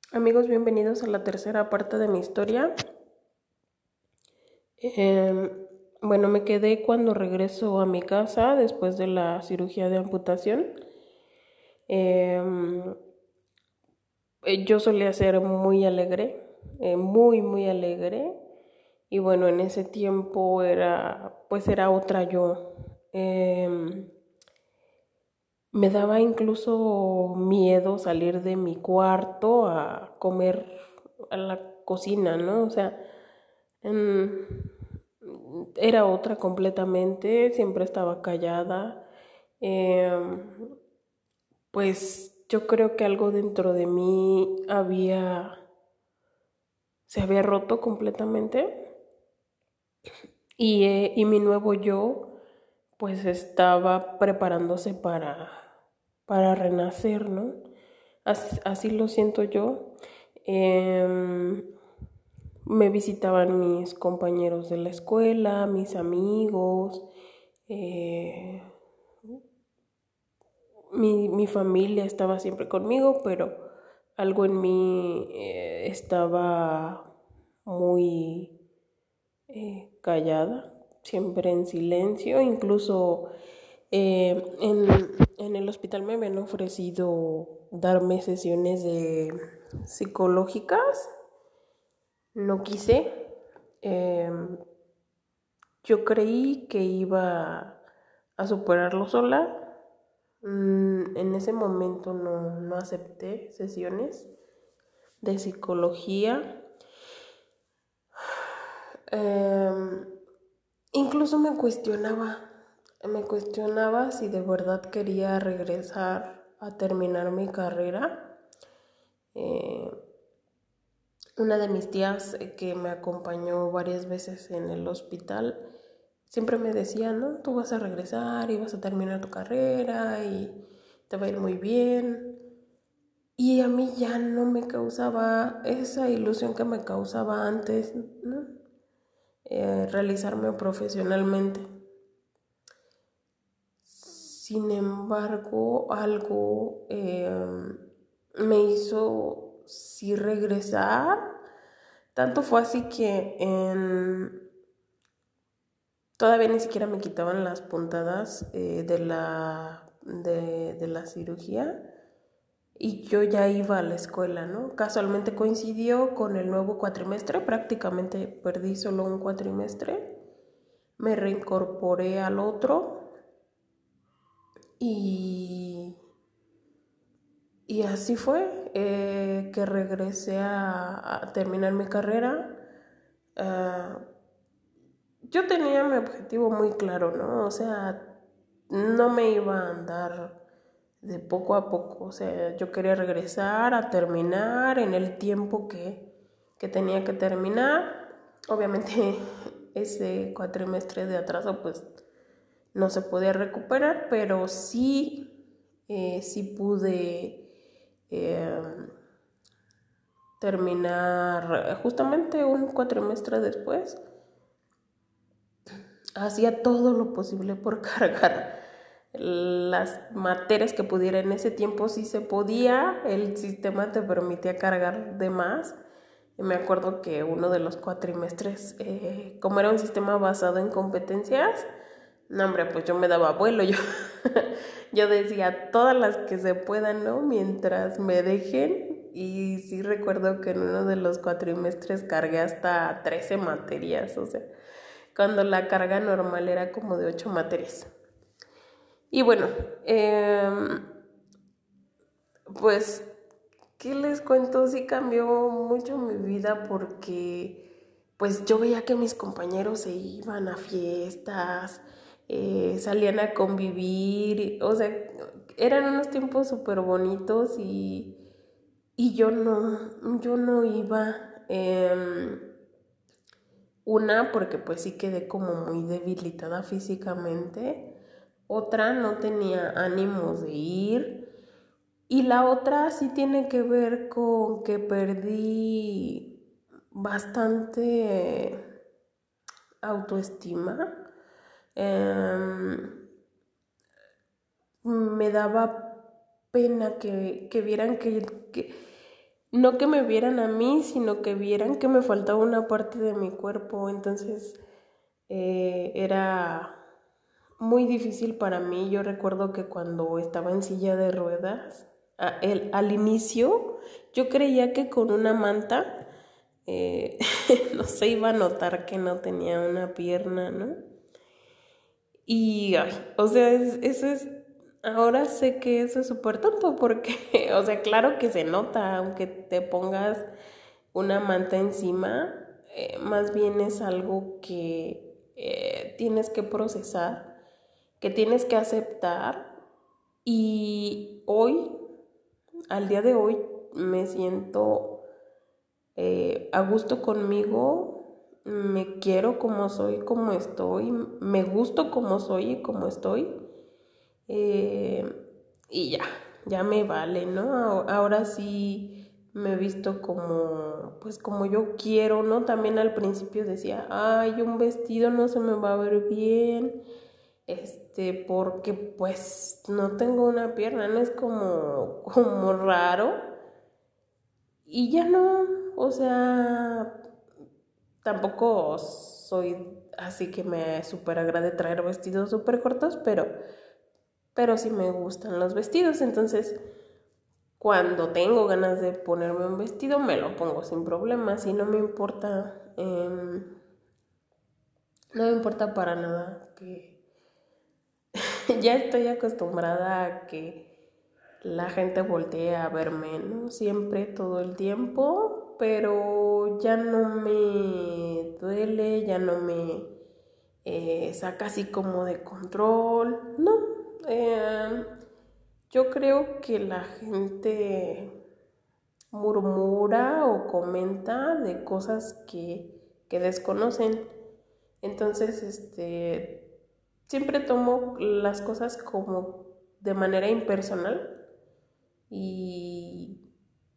Amigos, bienvenidos a la tercera parte de mi historia. Em, bueno, me quedé cuando regreso a mi casa después de la cirugía de amputación. Em, yo solía ser muy alegre, muy alegre. Y bueno, en ese tiempo era otra yo. Me daba incluso miedo salir de mi cuarto a comer a la cocina, ¿no? O sea, em, era otra completamente, siempre estaba callada. Em, pues yo creo que algo dentro de mí se había roto completamente y mi nuevo yo pues estaba preparándose para renacer, ¿no? Así lo siento yo. Em, Me visitaban mis compañeros de la escuela, mis amigos, eh, mi familia estaba siempre conmigo, pero algo en mí estaba muy callada, siempre en silencio. Incluso en el hospital me habían ofrecido darme sesiones de psicológicas. No quise. Eh, yo creí que iba a superarlo sola. En ese momento no acepté sesiones de psicología. Eh, Incluso me cuestionaba si de verdad quería regresar a terminar mi carrera. Eh, una de mis tías que me acompañó varias veces en el hospital siempre me decía, ¿no? Tú vas a regresar y vas a terminar tu carrera y te va a ir muy bien. Y a mí ya no me causaba esa ilusión que me causaba antes, ¿no? Realizarme profesionalmente. Sin embargo, algo me hizo sí regresar. Tanto fue así que todavía ni siquiera me quitaban las puntadas de la cirugía y yo ya iba a la escuela, ¿no? Casualmente coincidió con el nuevo cuatrimestre, prácticamente perdí solo un cuatrimestre, me reincorporé al otro y, y así fue que regresé a terminar mi carrera. Uh, yo tenía mi objetivo muy claro, ¿no? O sea, no me iba a andar de poco a poco. O sea, yo quería regresar a terminar en el tiempo que tenía que terminar. Obviamente ese cuatrimestre de atraso pues no se podía recuperar, pero sí pude eh, terminar justamente un cuatrimestre después. Hacía todo lo posible por cargar las materias que pudiera. En ese tiempo sí se podía, el sistema te permitía cargar de más. Y me acuerdo que uno de los cuatrimestres, como era un sistema basado en competencias, no hombre, pues yo me daba vuelo, yo decía todas las que se puedan, ¿no? Mientras me dejen. Y sí recuerdo que en uno de los cuatrimestres cargué hasta 13 materias, o sea, cuando la carga normal era como de 8 materias. Y bueno, pues, ¿qué les cuento? Sí cambió mucho mi vida porque pues yo veía que mis compañeros se iban a fiestas, salían a convivir, o sea, eran unos tiempos súper bonitos y yo no iba. Una, porque pues sí quedé como muy debilitada físicamente. Otra, no tenía ánimos de ir. Y la otra sí tiene que ver con que perdí bastante autoestima. Me daba pena que vieran que no que me vieran a mí, sino que vieran que me faltaba una parte de mi cuerpo. Entonces era muy difícil para mí. Yo recuerdo que cuando estaba en silla de ruedas, al inicio, yo creía que con una manta no se iba a notar que no tenía una pierna, ¿no? Y, ay, o sea, eso es, ahora sé que eso es súper tonto porque, o sea, claro que se nota, aunque te pongas una manta encima, más bien es algo que tienes que procesar, que tienes que aceptar. Y hoy, al día de hoy, me siento a gusto conmigo, me quiero como soy, como estoy, me gusto como soy y como estoy. eh, y ya me vale, ¿no? Ahora sí me he visto como, pues como yo quiero, ¿no? También al principio decía, ay, un vestido no se me va a ver bien, porque pues no tengo una pierna, ¿no? Es como raro. Y ya no, o sea, tampoco soy así que me súper agrade traer vestidos súper cortos, pero sí me gustan los vestidos. Entonces, cuando tengo ganas de ponerme un vestido, me lo pongo sin problemas y no me importa, no me importa para nada que ya estoy acostumbrada a que la gente voltea a verme, ¿no? Siempre, todo el tiempo, pero ya no me duele, ya no me saca así como de control, ¿no? Eh, yo creo que la gente murmura o comenta de cosas que desconocen. Entonces, siempre tomo las cosas como de manera impersonal y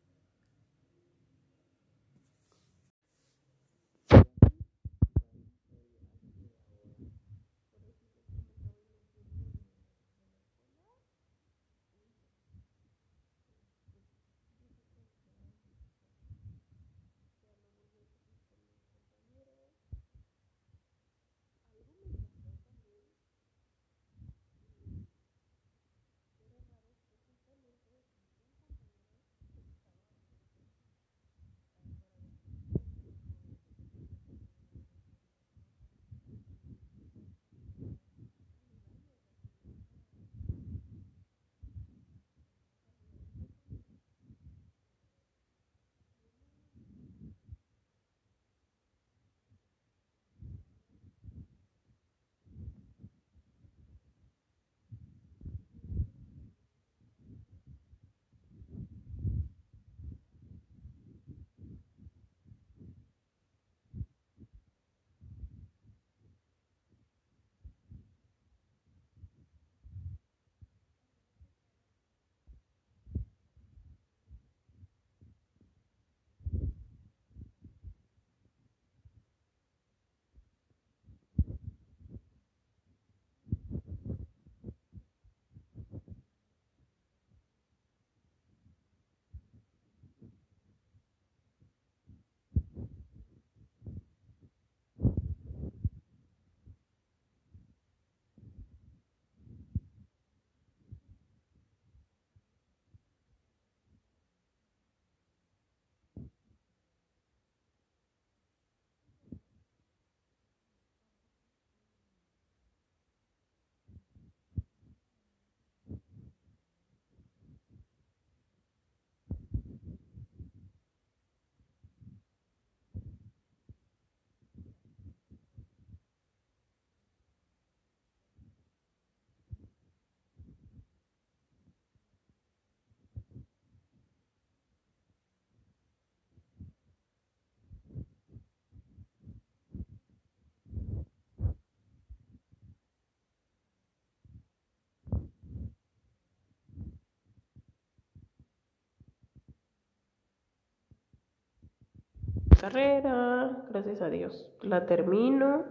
carrera, gracias a Dios, la termino.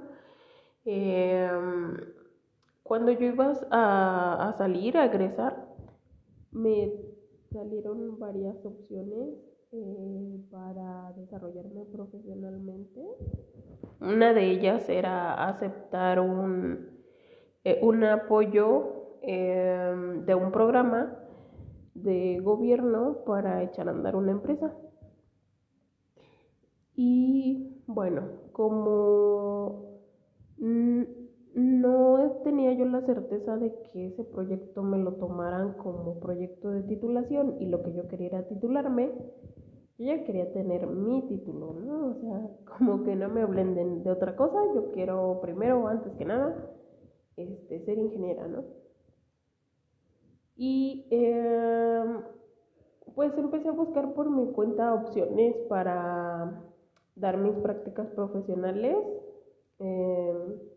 Eh, Cuando yo iba a salir, a egresar, me salieron varias opciones para desarrollarme profesionalmente. Una de ellas era aceptar un apoyo de un programa de gobierno para echar a andar una empresa. Y bueno, como no tenía yo la certeza de que ese proyecto me lo tomaran como proyecto de titulación y lo que yo quería era titularme, yo ya quería tener mi título, ¿no? O sea, como que no me hablen de otra cosa, yo quiero primero, antes que nada, ser ingeniera, ¿no? Y pues empecé a buscar por mi cuenta opciones para dar mis prácticas profesionales. Eh,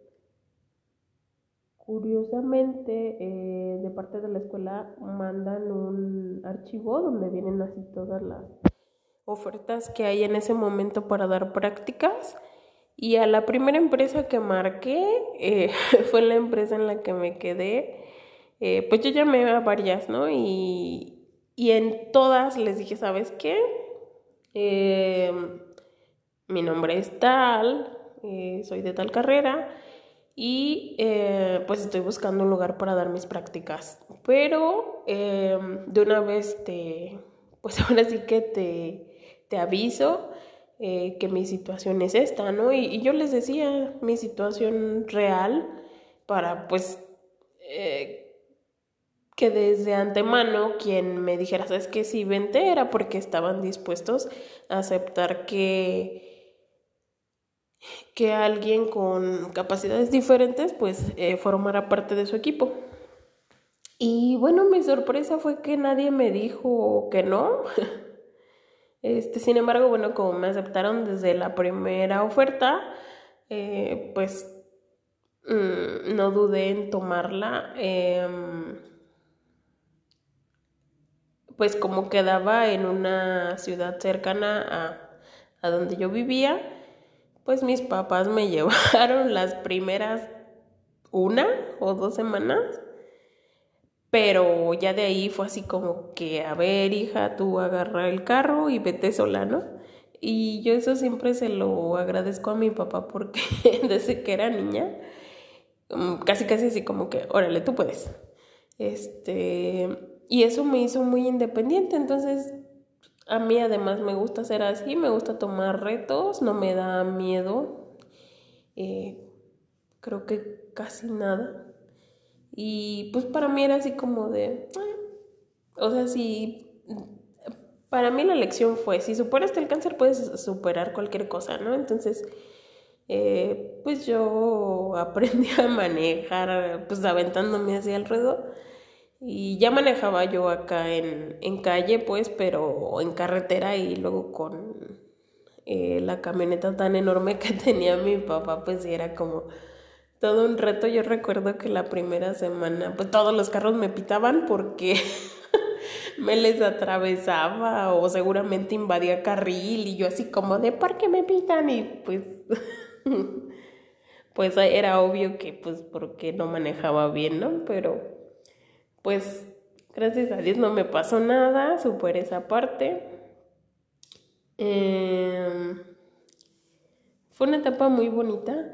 Curiosamente, de parte de la escuela mandan un archivo donde vienen así todas las ofertas que hay en ese momento para dar prácticas. Y a la primera empresa que marqué fue la empresa en la que me quedé. Pues yo llamé a varias, ¿no? Y en todas les dije, ¿sabes qué? Eh, Mi nombre es tal, soy de tal carrera y pues estoy buscando un lugar para dar mis prácticas. Pero de una vez pues ahora sí que te aviso que mi situación es esta, ¿no? Y yo les decía mi situación real para pues que desde antemano quien me dijera, ¿sabes qué? Si vente era porque estaban dispuestos a aceptar que alguien con capacidades diferentes pues formara parte de su equipo. Y bueno, mi sorpresa fue que nadie me dijo que no. Sin embargo, bueno, como me aceptaron desde la primera oferta, pues no dudé en tomarla. Pues como quedaba en una ciudad cercana a donde yo vivía, pues mis papás me llevaron las primeras 1 o 2 semanas, pero ya de ahí fue así como que, a ver, hija, tú agarra el carro y vete sola, ¿no? Y yo eso siempre se lo agradezco a mi papá porque desde que era niña, casi casi así como que, órale, tú puedes. Y eso me hizo muy independiente, entonces a mí además me gusta ser así, me gusta tomar retos, no me da miedo, creo que casi nada. Y pues para mí era así como de, o sea, si para mí la lección fue, si superaste el cáncer puedes superar cualquier cosa, ¿no? Entonces, pues yo aprendí a manejar, pues aventándome hacia alrededor. Y ya manejaba yo acá en calle, pues, pero en carretera y luego con la camioneta tan enorme que tenía mi papá, pues sí era como todo un reto. Yo recuerdo que la primera semana, pues todos los carros me pitaban porque me les atravesaba o seguramente invadía carril y yo así como de ¿por qué me pitan? Y pues pues era obvio que pues porque no manejaba bien, ¿no? Pero pues gracias a Dios no me pasó nada, superé esa parte. Fue una etapa muy bonita.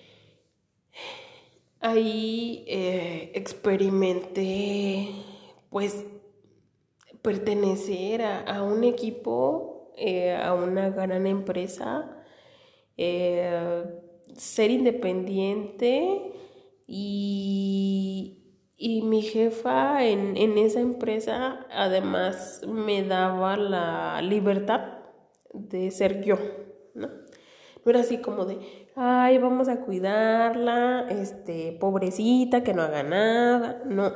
Ahí experimenté pues pertenecer a un equipo, a una gran empresa, eh, ser independiente y mi jefa en esa empresa además me daba la libertad de ser yo, ¿no? No era así como de, ay, vamos a cuidarla, pobrecita, que no haga nada, no.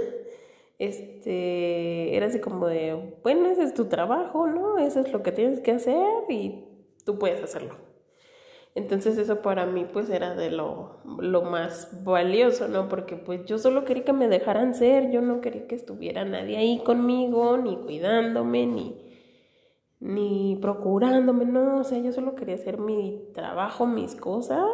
Era así como de, bueno, ese es tu trabajo, ¿no? Eso es lo que tienes que hacer y tú puedes hacerlo. Entonces eso para mí pues era de lo más valioso, ¿no? Porque pues yo solo quería que me dejaran ser, yo no quería que estuviera nadie ahí conmigo, ni cuidándome, ni procurándome, no, o sea, yo solo quería hacer mi trabajo, mis cosas.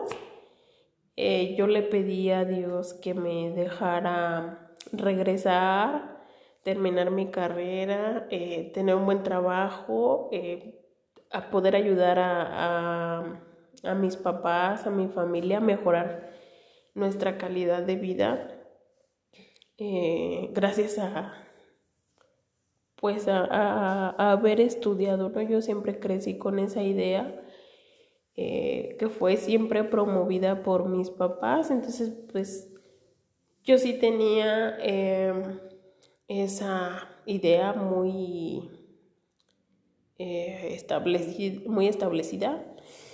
Yo le pedí a Dios que me dejara regresar terminar mi carrera, tener un buen trabajo, a poder ayudar a mis papás, a mi familia, a mejorar nuestra calidad de vida, gracias pues a haber estudiado, ¿no? Yo siempre crecí con esa idea, que fue siempre promovida por mis papás. Entonces pues yo sí tenía esa idea muy establecida.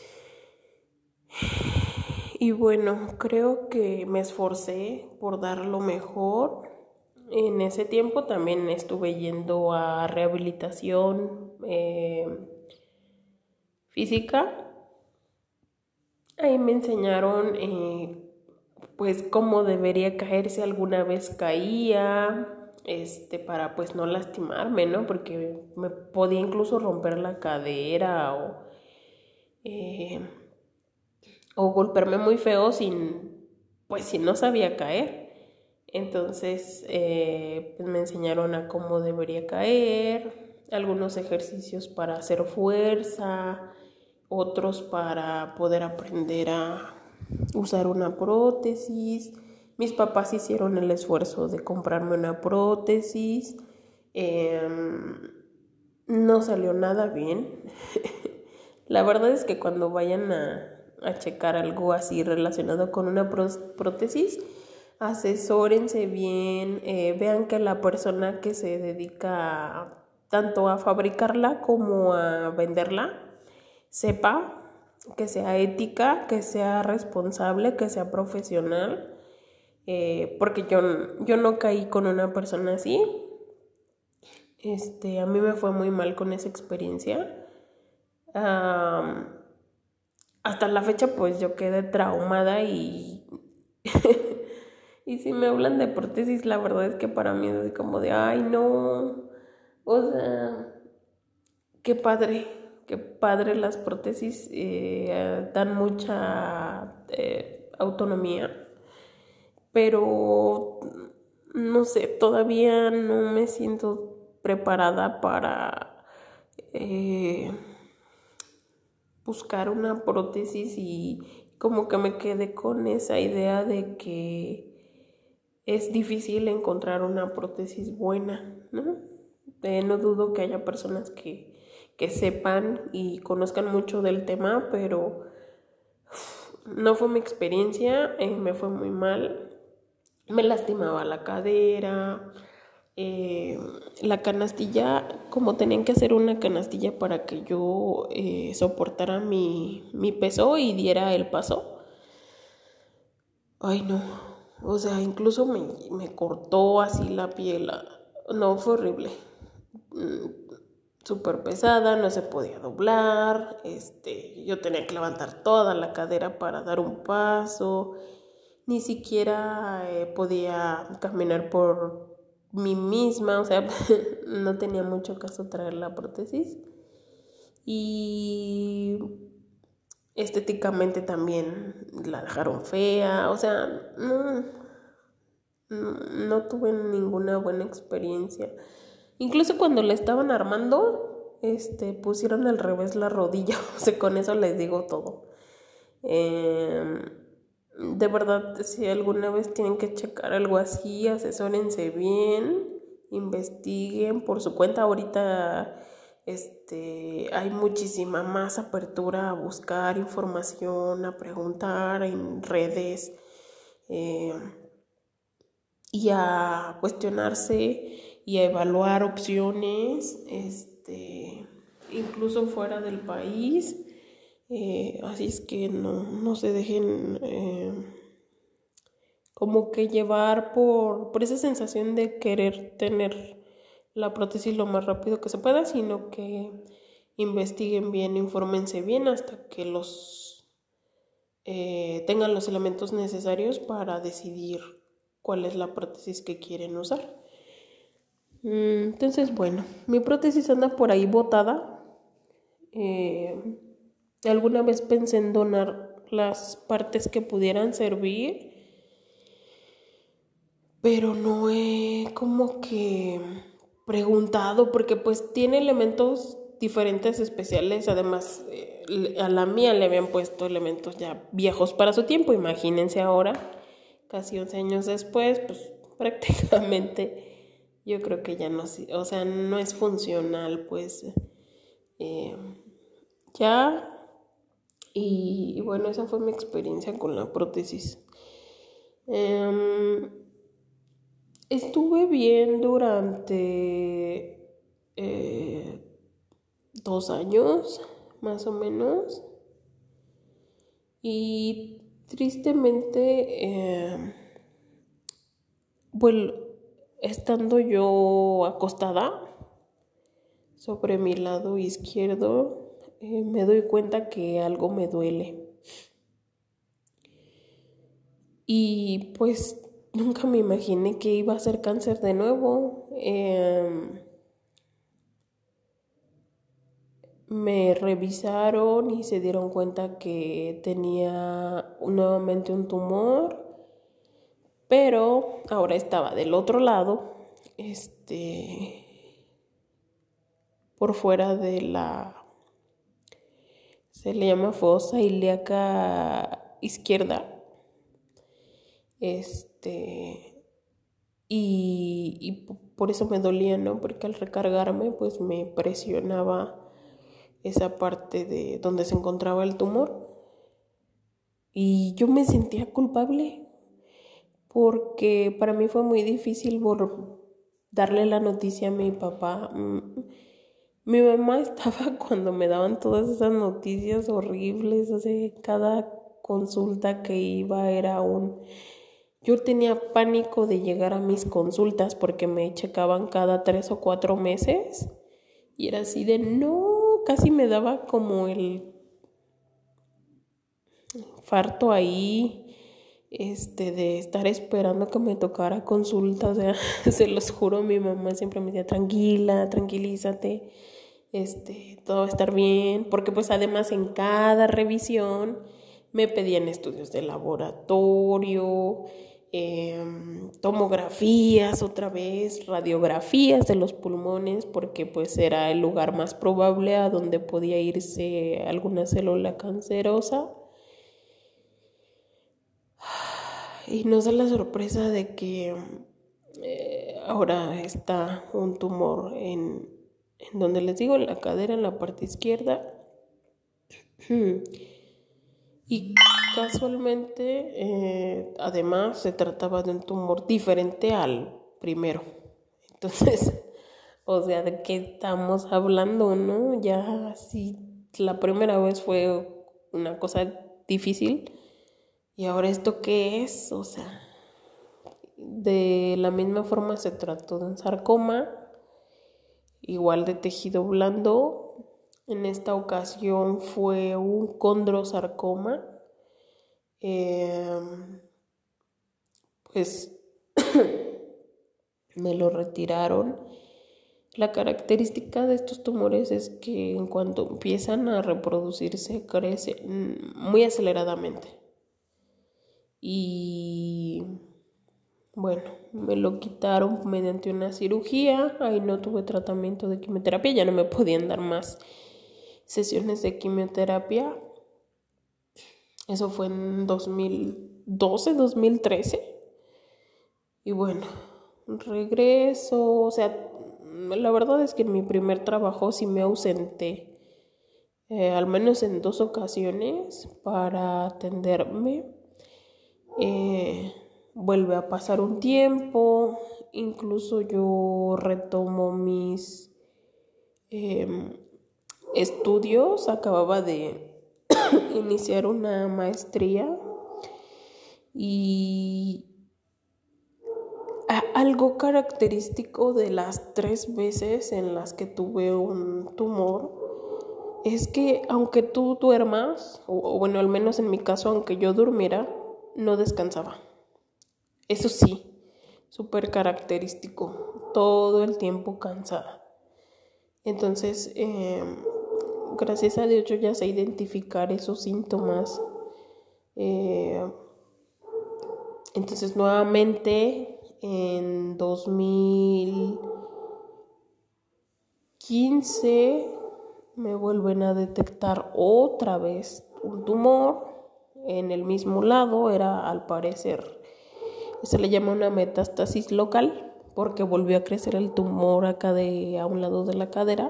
Y bueno, creo que me esforcé por dar lo mejor. En ese tiempo también estuve yendo a rehabilitación física. Ahí me enseñaron pues cómo debería caer si alguna vez caía, para pues no lastimarme, ¿no? Porque me podía incluso romper la cadera eh, o golpearme muy feo pues si no sabía caer. Entonces pues me enseñaron a cómo debería caer, algunos ejercicios para hacer fuerza, otros para poder aprender a usar una prótesis. Mis papás hicieron el esfuerzo de comprarme una prótesis. No salió nada bien. La verdad es que cuando vayan a checar algo así relacionado con una prótesis, asesórense bien, vean que la persona que se dedica tanto a fabricarla como a venderla sepa, que sea ética, que sea responsable, que sea profesional, porque yo no caí con una persona así. A mí me fue muy mal con esa experiencia. Hasta la fecha pues yo quedé traumada y y si me hablan de prótesis, la verdad es que para mí es así como de ay no, o sea, qué padre las prótesis, dan mucha autonomía, pero no sé, todavía no me siento preparada para buscar una prótesis, y como que me quedé con esa idea de que es difícil encontrar una prótesis buena, ¿no? No dudo que haya personas que sepan y conozcan mucho del tema, pero no fue mi experiencia, me fue muy mal. Me lastimaba la cadera, la canastilla, como tenían que hacer una canastilla para que yo soportara mi peso y diera el paso. Ay no, o sea, incluso me cortó así la piel. No, fue horrible. Súper pesada, no se podía doblar, yo tenía que levantar toda la cadera para dar un paso, ni siquiera podía caminar por mí misma, o sea, no tenía mucho caso traer la prótesis. Y estéticamente también la dejaron fea, o sea, no tuve ninguna buena experiencia. Incluso cuando la estaban armando, pusieron al revés la rodilla, o sea, con eso les digo todo. De verdad, si alguna vez tienen que checar algo así, asesórense bien, investiguen por su cuenta. Ahorita hay muchísima más apertura a buscar información, a preguntar en redes, y a cuestionarse y a evaluar opciones, incluso fuera del país. Así es que no se dejen como que llevar por esa sensación de querer tener la prótesis lo más rápido que se pueda, sino que investiguen bien, infórmense bien hasta que tengan los elementos necesarios para decidir cuál es la prótesis que quieren usar. Entonces, bueno, mi prótesis anda por ahí botada. Alguna vez pensé en donar las partes que pudieran servir, pero no he como que preguntado porque pues tiene elementos diferentes, especiales. Además, a la mía le habían puesto elementos ya viejos para su tiempo. Imagínense ahora, casi 11 años después, pues prácticamente yo creo que ya no, o sea, no es funcional, pues ya. Y bueno, esa fue mi experiencia con la prótesis. Estuve bien durante 2 años, más o menos. Y tristemente, bueno, estando yo acostada sobre mi lado izquierdo, me doy cuenta que algo me duele. Y pues nunca me imaginé que iba a ser cáncer de nuevo. Me revisaron y se dieron cuenta que tenía nuevamente un tumor, pero ahora estaba del otro lado, por fuera de se le llama fosa ilíaca izquierda. Y por eso me dolía, ¿no? Porque al recargarme, pues me presionaba esa parte de donde se encontraba el tumor. Y yo me sentía culpable porque para mí fue muy difícil darle la noticia a mi papá. Mi mamá estaba cuando me daban todas esas noticias horribles, o sea, cada consulta que iba era Yo tenía pánico de llegar a mis consultas porque me checaban cada 3 o 4 meses y era así de no, casi me daba como el farto ahí, de estar esperando que me tocara consulta. O sea, se los juro, mi mamá siempre me decía, tranquila, tranquilízate, todo va a estar bien, porque pues además en cada revisión me pedían estudios de laboratorio, tomografías otra vez, radiografías de los pulmones, porque pues era el lugar más probable a donde podía irse alguna célula cancerosa. Y nos da la sorpresa de que ahora está un tumor en donde les digo, en la cadera, en la parte izquierda. Y casualmente, además, se trataba de un tumor diferente al primero. Entonces, o sea, ¿de qué estamos hablando, no? Ya si la primera vez fue una cosa difícil, ¿y ahora esto qué es? O sea, de la misma forma se trató de un sarcoma, igual de tejido blando. En esta ocasión fue un condrosarcoma. Pues me lo retiraron. La característica de estos tumores es que en cuanto empiezan a reproducirse, crecen muy aceleradamente. Y bueno, me lo quitaron mediante una cirugía. Ahí no tuve tratamiento de quimioterapia, ya no me podían dar más sesiones de quimioterapia. Eso fue en 2012, 2013. Y bueno, regreso. O sea, la verdad es que en mi primer trabajo sí me ausenté, al menos en 2 ocasiones para atenderme. Vuelve a pasar un tiempo, incluso yo retomo mis estudios. Acababa de iniciar una maestría y algo característico de las 3 veces en las que tuve un tumor es que aunque tú duermas, o bueno, al menos en mi caso, aunque yo durmiera, no descansaba. Eso sí, súper característico, todo el tiempo cansada. Entonces, gracias a Dios yo ya sé identificar esos síntomas. Entonces, nuevamente en 2015 me vuelven a detectar otra vez un tumor en el mismo lado. Era, al parecer, se le llama una metástasis local porque volvió a crecer el tumor acá a un lado de la cadera.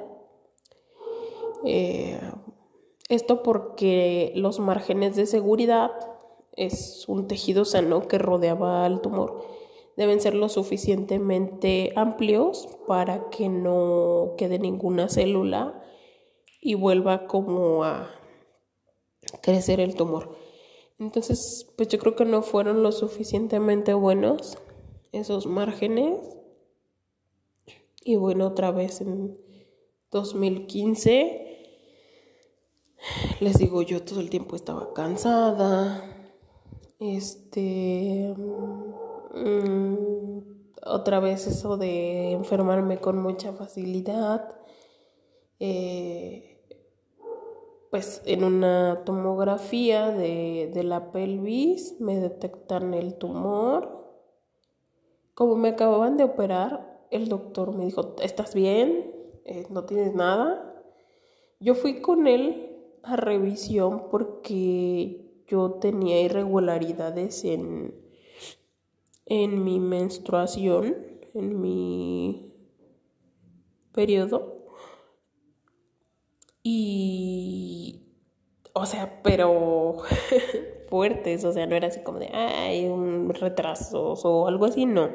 Esto porque los márgenes de seguridad, es un tejido sano que rodeaba al tumor, deben ser lo suficientemente amplios para que no quede ninguna célula y vuelva como a crecer el tumor. Entonces, pues yo creo que no fueron lo suficientemente buenos esos márgenes. Y bueno, otra vez en 2015, les digo, yo todo el tiempo estaba cansada. Otra vez eso de enfermarme con mucha facilidad. Pues en una tomografía de la pelvis me detectan el tumor. Como me acababan de operar, el doctor me dijo, ¿estás bien? ¿No tienes nada? Yo fui con él a revisión porque yo tenía irregularidades en mi menstruación, en mi periodo. Y, o sea, pero fuertes, o sea, no era así como de, ay, un retraso o algo así, no.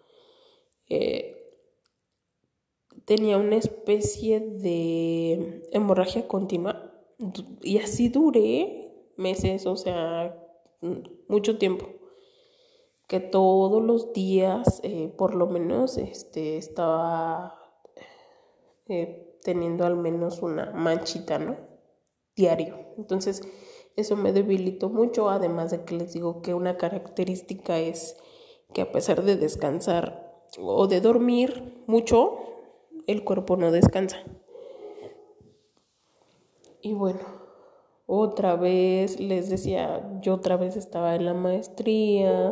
Tenía una especie de hemorragia continua y así duré meses, o sea, mucho tiempo. Que todos los días, por lo menos, estaba teniendo al menos una manchita, ¿no? Diario. Entonces, eso me debilitó mucho, además de que les digo que una característica es que a pesar de descansar o de dormir mucho, el cuerpo no descansa. Y bueno, otra vez les decía, yo otra vez estaba en la maestría.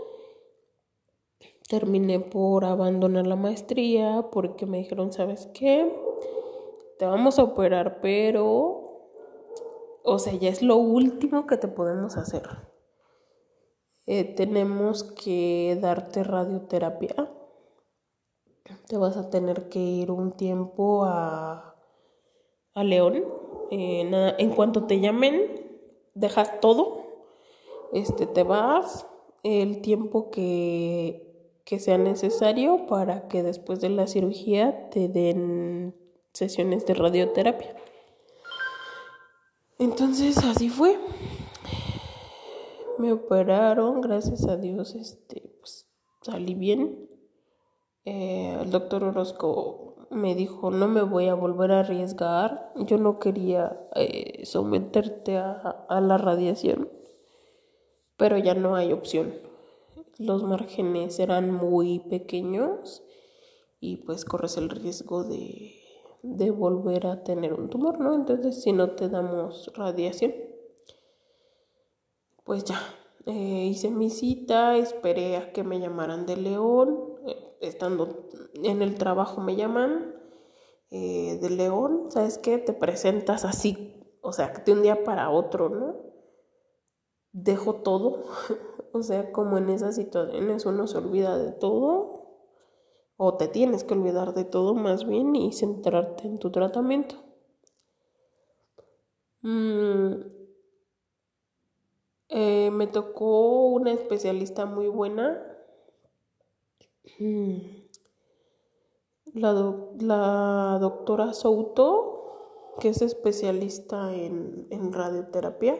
Terminé por abandonar la maestría porque me dijeron, ¿sabes qué? Te vamos a operar, pero, o sea, ya es lo último que te podemos hacer. Tenemos que darte radioterapia. Te vas a tener que ir un tiempo a León. En cuanto te llamen, dejas todo. Te vas el tiempo que sea necesario para que después de la cirugía te den sesiones de radioterapia. Entonces así fue. Me operaron, gracias a Dios, pues salí bien. El doctor Orozco me dijo, no me voy a volver a arriesgar. Yo no quería someterte a la radiación, pero ya no hay opción. Los márgenes eran muy pequeños y pues corres el riesgo de volver a tener un tumor, ¿no? Entonces, si no te damos radiación, pues ya, hice mi cita, esperé a que me llamaran de León. Estando en el trabajo me llaman de León, ¿sabes qué? Te presentas así, o sea, de un día para otro, ¿no? Dejo todo. O sea, como en esas situaciones uno se olvida de todo, o te tienes que olvidar de todo más bien y centrarte en tu tratamiento. Me tocó una especialista muy buena. La doctora Souto, que es especialista en radioterapia.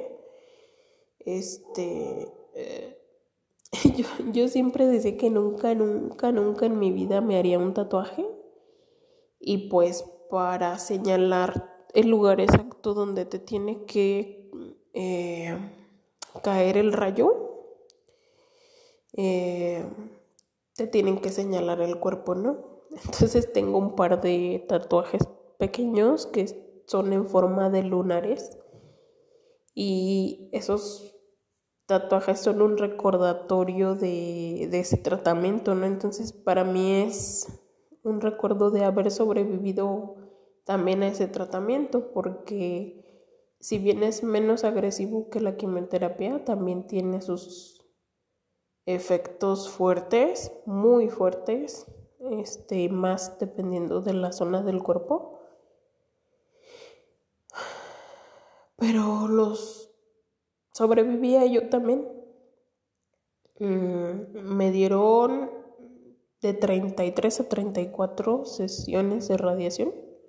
Yo siempre decía que nunca en mi vida me haría un tatuaje. Y pues para señalar el lugar exacto donde te tiene que caer el rayo, te tienen que señalar el cuerpo, ¿no? Entonces tengo un par de tatuajes pequeños que son en forma de lunares. Y esos tatuajes son un recordatorio de ese tratamiento, ¿no? Entonces, para mí es un recuerdo de haber sobrevivido también a ese tratamiento, porque si bien es menos agresivo que la quimioterapia, también tiene sus efectos fuertes, muy fuertes, más dependiendo de la zona del cuerpo. Pero los sobrevivía yo también. Me dieron de 33 a 34 sesiones de radiación.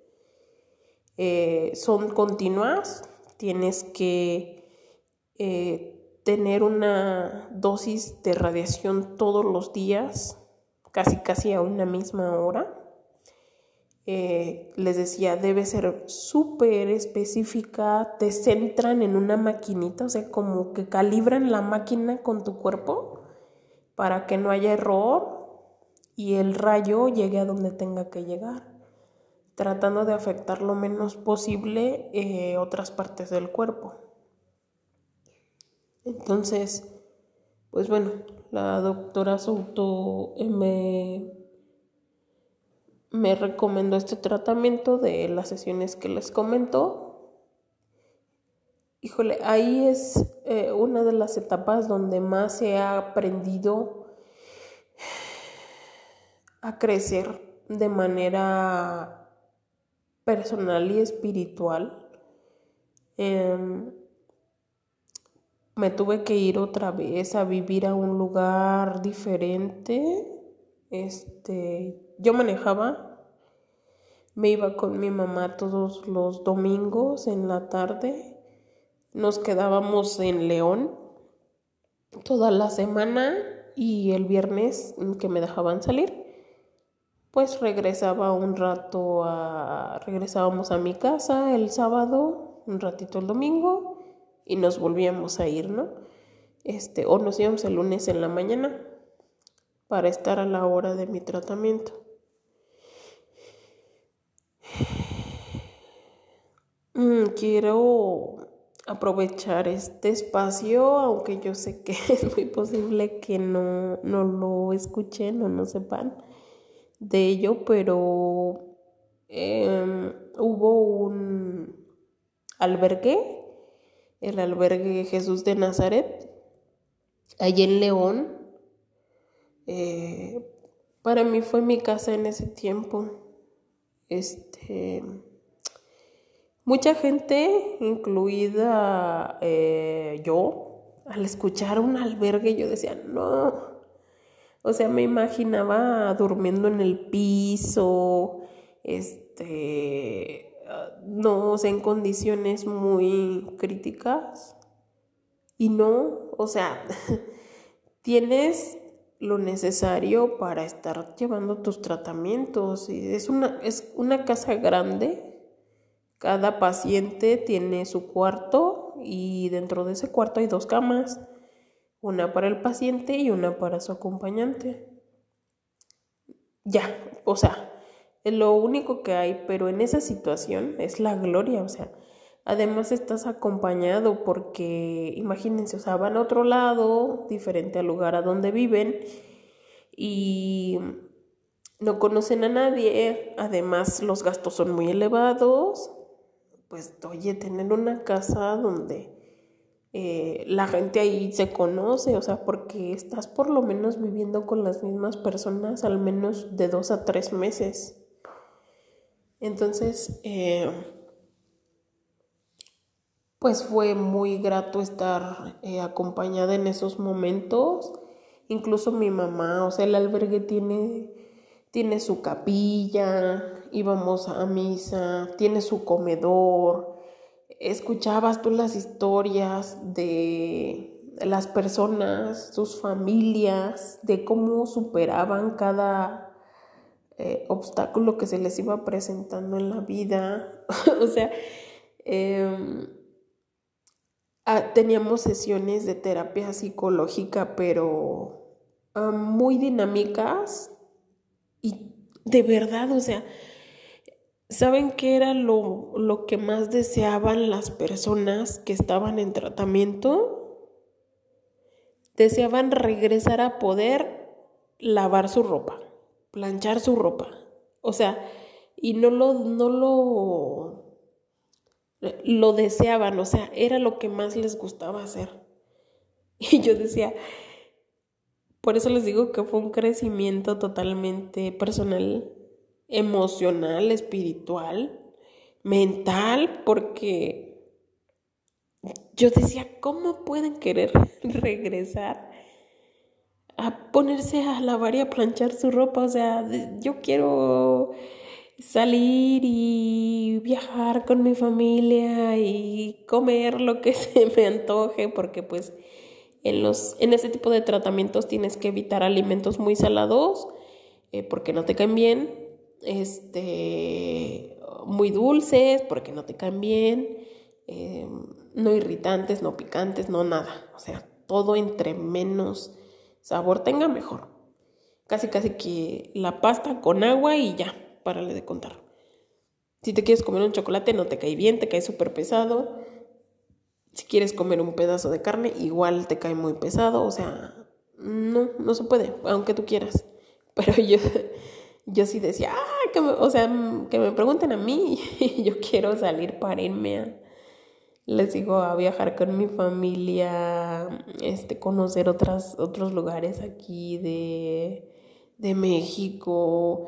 Son continuas. Tienes que tener una dosis de radiación todos los días, casi a una misma hora. Les decía, debe ser súper específica, te centran en una maquinita, o sea, como que calibran la máquina con tu cuerpo para que no haya error y el rayo llegue a donde tenga que llegar, tratando de afectar lo menos posible otras partes del cuerpo. Entonces, pues bueno, la doctora Souto me recomendó este tratamiento de las sesiones que les comento. Híjole, ahí es una de las etapas donde más se ha aprendido a crecer de manera personal y espiritual. Me tuve que ir otra vez a vivir a un lugar diferente. Yo manejaba, me iba con mi mamá todos los domingos en la tarde. Nos quedábamos en León toda la semana y el viernes que me dejaban salir, pues regresábamos a mi casa el sábado, un ratito el domingo y nos volvíamos a ir, ¿no? O nos íbamos el lunes en la mañana para estar a la hora de mi tratamiento. Quiero aprovechar este espacio, aunque yo sé que es muy posible que no lo escuchen o no sepan de ello, pero hubo un albergue, el albergue Jesús de Nazaret, allí en León. Para mí fue mi casa en ese tiempo. Mucha gente, incluida yo, al escuchar un albergue, yo decía, no. O sea, me imaginaba durmiendo en el piso, no, o sea, en condiciones muy críticas. Y no, o sea, tienes lo necesario para estar llevando tus tratamientos. Y es una casa grande. Cada paciente tiene su cuarto y dentro de ese cuarto hay 2 camas, una para el paciente y una para su acompañante. Ya, o sea, es lo único que hay, pero en esa situación es la gloria, o sea, además estás acompañado porque, imagínense, o sea, van a otro lado, diferente al lugar a donde viven y no conocen a nadie, además los gastos son muy elevados. Pues, oye, tener una casa donde la gente ahí se conoce, o sea, porque estás por lo menos viviendo con las mismas personas al menos de 2 a 3 meses. Entonces, pues fue muy grato estar acompañada en esos momentos. Incluso mi mamá, o sea, el albergue tiene su capilla, íbamos a misa, tiene su comedor, escuchabas tú las historias de las personas, sus familias, de cómo superaban cada obstáculo que se les iba presentando en la vida. O sea, teníamos sesiones de terapia psicológica, pero muy dinámicas. Y de verdad, o sea, ¿saben qué era lo que más deseaban las personas que estaban en tratamiento? deseaban regresar a poder lavar su ropa, planchar su ropa. O sea, y no lo deseaban, o sea, era lo que más les gustaba hacer. Y yo decía, por eso les digo que fue un crecimiento totalmente personal, emocional, espiritual, mental, porque yo decía, ¿cómo pueden querer regresar a ponerse a lavar y a planchar su ropa? O sea, yo quiero salir y viajar con mi familia y comer lo que se me antoje, porque pues en ese tipo de tratamientos tienes que evitar alimentos muy salados, porque no te caen bien, muy dulces porque no te caen bien, no irritantes, no picantes, no nada. O sea, todo entre menos sabor tenga, mejor. Casi que la pasta con agua y ya, párale de contar. Si te quieres comer un chocolate, no te cae bien, te cae súper pesado. Si quieres comer un pedazo de carne, igual te cae muy pesado. O sea, no se puede, aunque tú quieras. Pero yo sí decía, que me pregunten a mí. Yo quiero salir para irme les digo, a viajar con mi familia, conocer otros lugares aquí de México,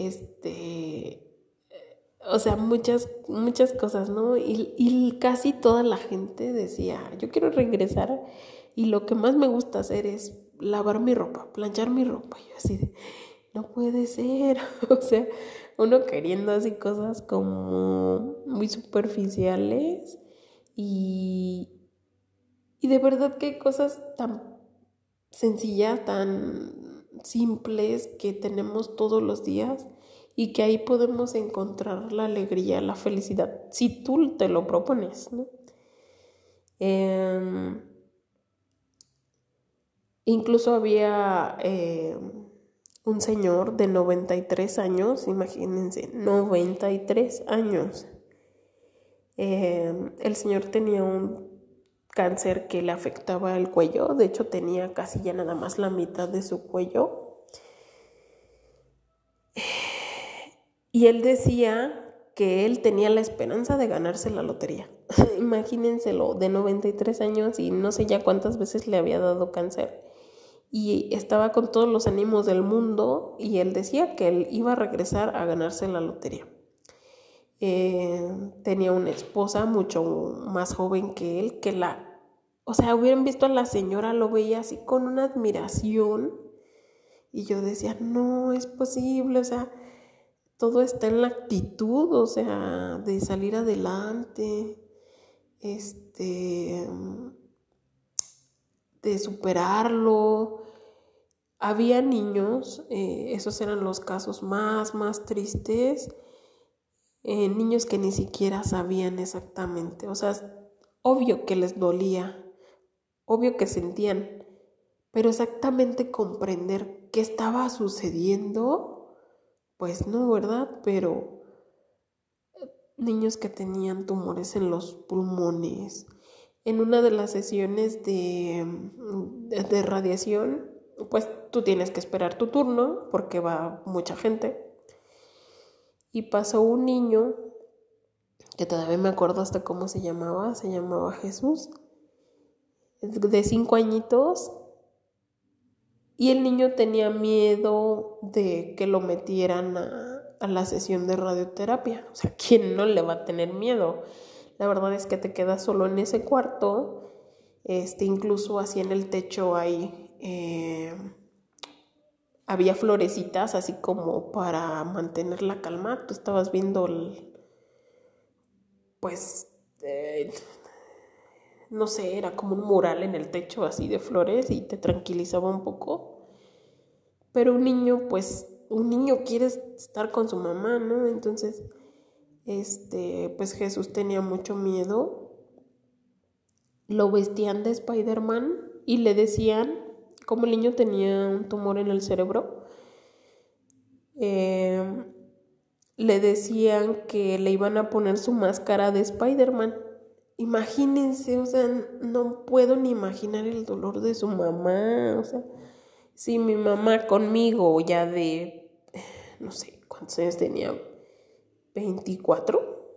o sea, muchas cosas, ¿no? Y casi toda la gente decía, yo quiero regresar y lo que más me gusta hacer es lavar mi ropa, planchar mi ropa. Y yo así de, no puede ser, o sea, uno queriendo así cosas como muy superficiales y, y de verdad que hay cosas tan sencillas, tan simples que tenemos todos los días y que ahí podemos encontrar la alegría, la felicidad, si tú te lo propones, ¿no? Incluso había un señor de 93 años, imagínense, 93 años. El señor tenía un cáncer que le afectaba el cuello, de hecho tenía casi ya nada más la mitad de su cuello. Y él decía que él tenía la esperanza de ganarse la lotería. Imagínenselo, de 93 años y no sé ya cuántas veces le había dado cáncer. Y estaba con todos los ánimos del mundo y él decía que él iba a regresar a ganarse la lotería. Tenía una esposa mucho más joven que él, o sea, hubieran visto a la señora, lo veía así con una admiración y yo decía, no es posible, o sea, todo está en la actitud, o sea, de salir adelante, de superarlo. Había niños, esos eran los casos más tristes, niños que ni siquiera sabían exactamente, o sea, obvio que les dolía, obvio que sentían, pero exactamente comprender qué estaba sucediendo, pues no, ¿verdad? Pero niños que tenían tumores en los pulmones. En una de las sesiones de radiación, pues tú tienes que esperar tu turno porque va mucha gente. Y pasó un niño, que todavía me acuerdo hasta cómo se llamaba Jesús, de 5 añitos, y el niño tenía miedo de que lo metieran a la sesión de radioterapia. O sea, ¿quién no le va a tener miedo? La verdad es que te quedas solo en ese cuarto, incluso así en el techo había florecitas así como para mantener la calma. Tú estabas viendo no sé, era como un mural en el techo así de flores y te tranquilizaba un poco. Pero un niño quiere estar con su mamá, ¿no? Entonces, pues Jesús tenía mucho miedo. Lo vestían de Spider-Man y le decían, como el niño tenía un tumor en el cerebro, le decían que le iban a poner su máscara de Spider-Man imagínense, o sea, no puedo ni imaginar el dolor de su mamá, o sea, si mi mamá conmigo ya de, no sé, ¿cuántos años tenía? 24.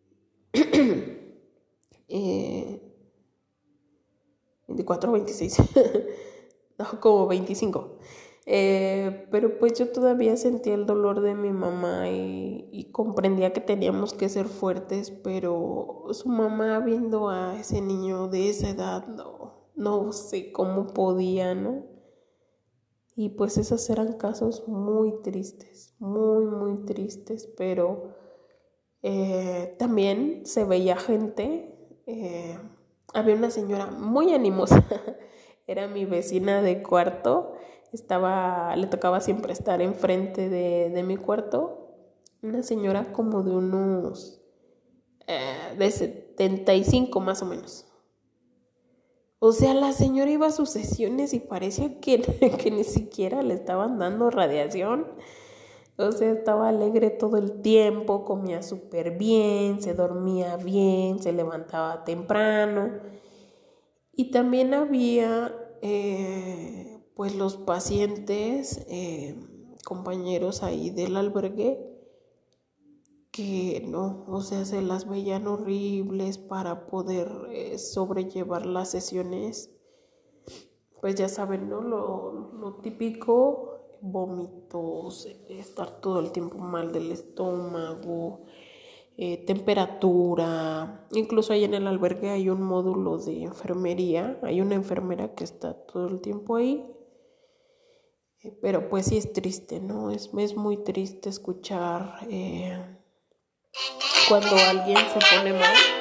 eh, 24 o 26, no, como 25. Pero pues yo todavía sentía el dolor de mi mamá y comprendía que teníamos que ser fuertes, pero su mamá viendo a ese niño de esa edad, no sé cómo podía, ¿no? Y pues esos eran casos muy tristes, muy, muy tristes, pero también se veía gente, había una señora muy animosa, era mi vecina de cuarto, le tocaba siempre estar enfrente de mi cuarto, una señora como de unos de 75 más o menos. O sea, la señora iba a sus sesiones y parecía que, que ni siquiera le estaban dando radiación. O sea, estaba alegre todo el tiempo, comía súper bien, se dormía bien, se levantaba temprano. Y también había, pues, los pacientes, compañeros ahí del albergue, que no, o sea, se las veían horribles para poder sobrellevar las sesiones. Pues ya saben, ¿no? Lo típico, vómitos, estar todo el tiempo mal del estómago, temperatura. Incluso ahí en el albergue hay un módulo de enfermería, hay una enfermera que está todo el tiempo ahí. Pero pues sí es triste, ¿no? Es muy triste escuchar cuando alguien se pone mal.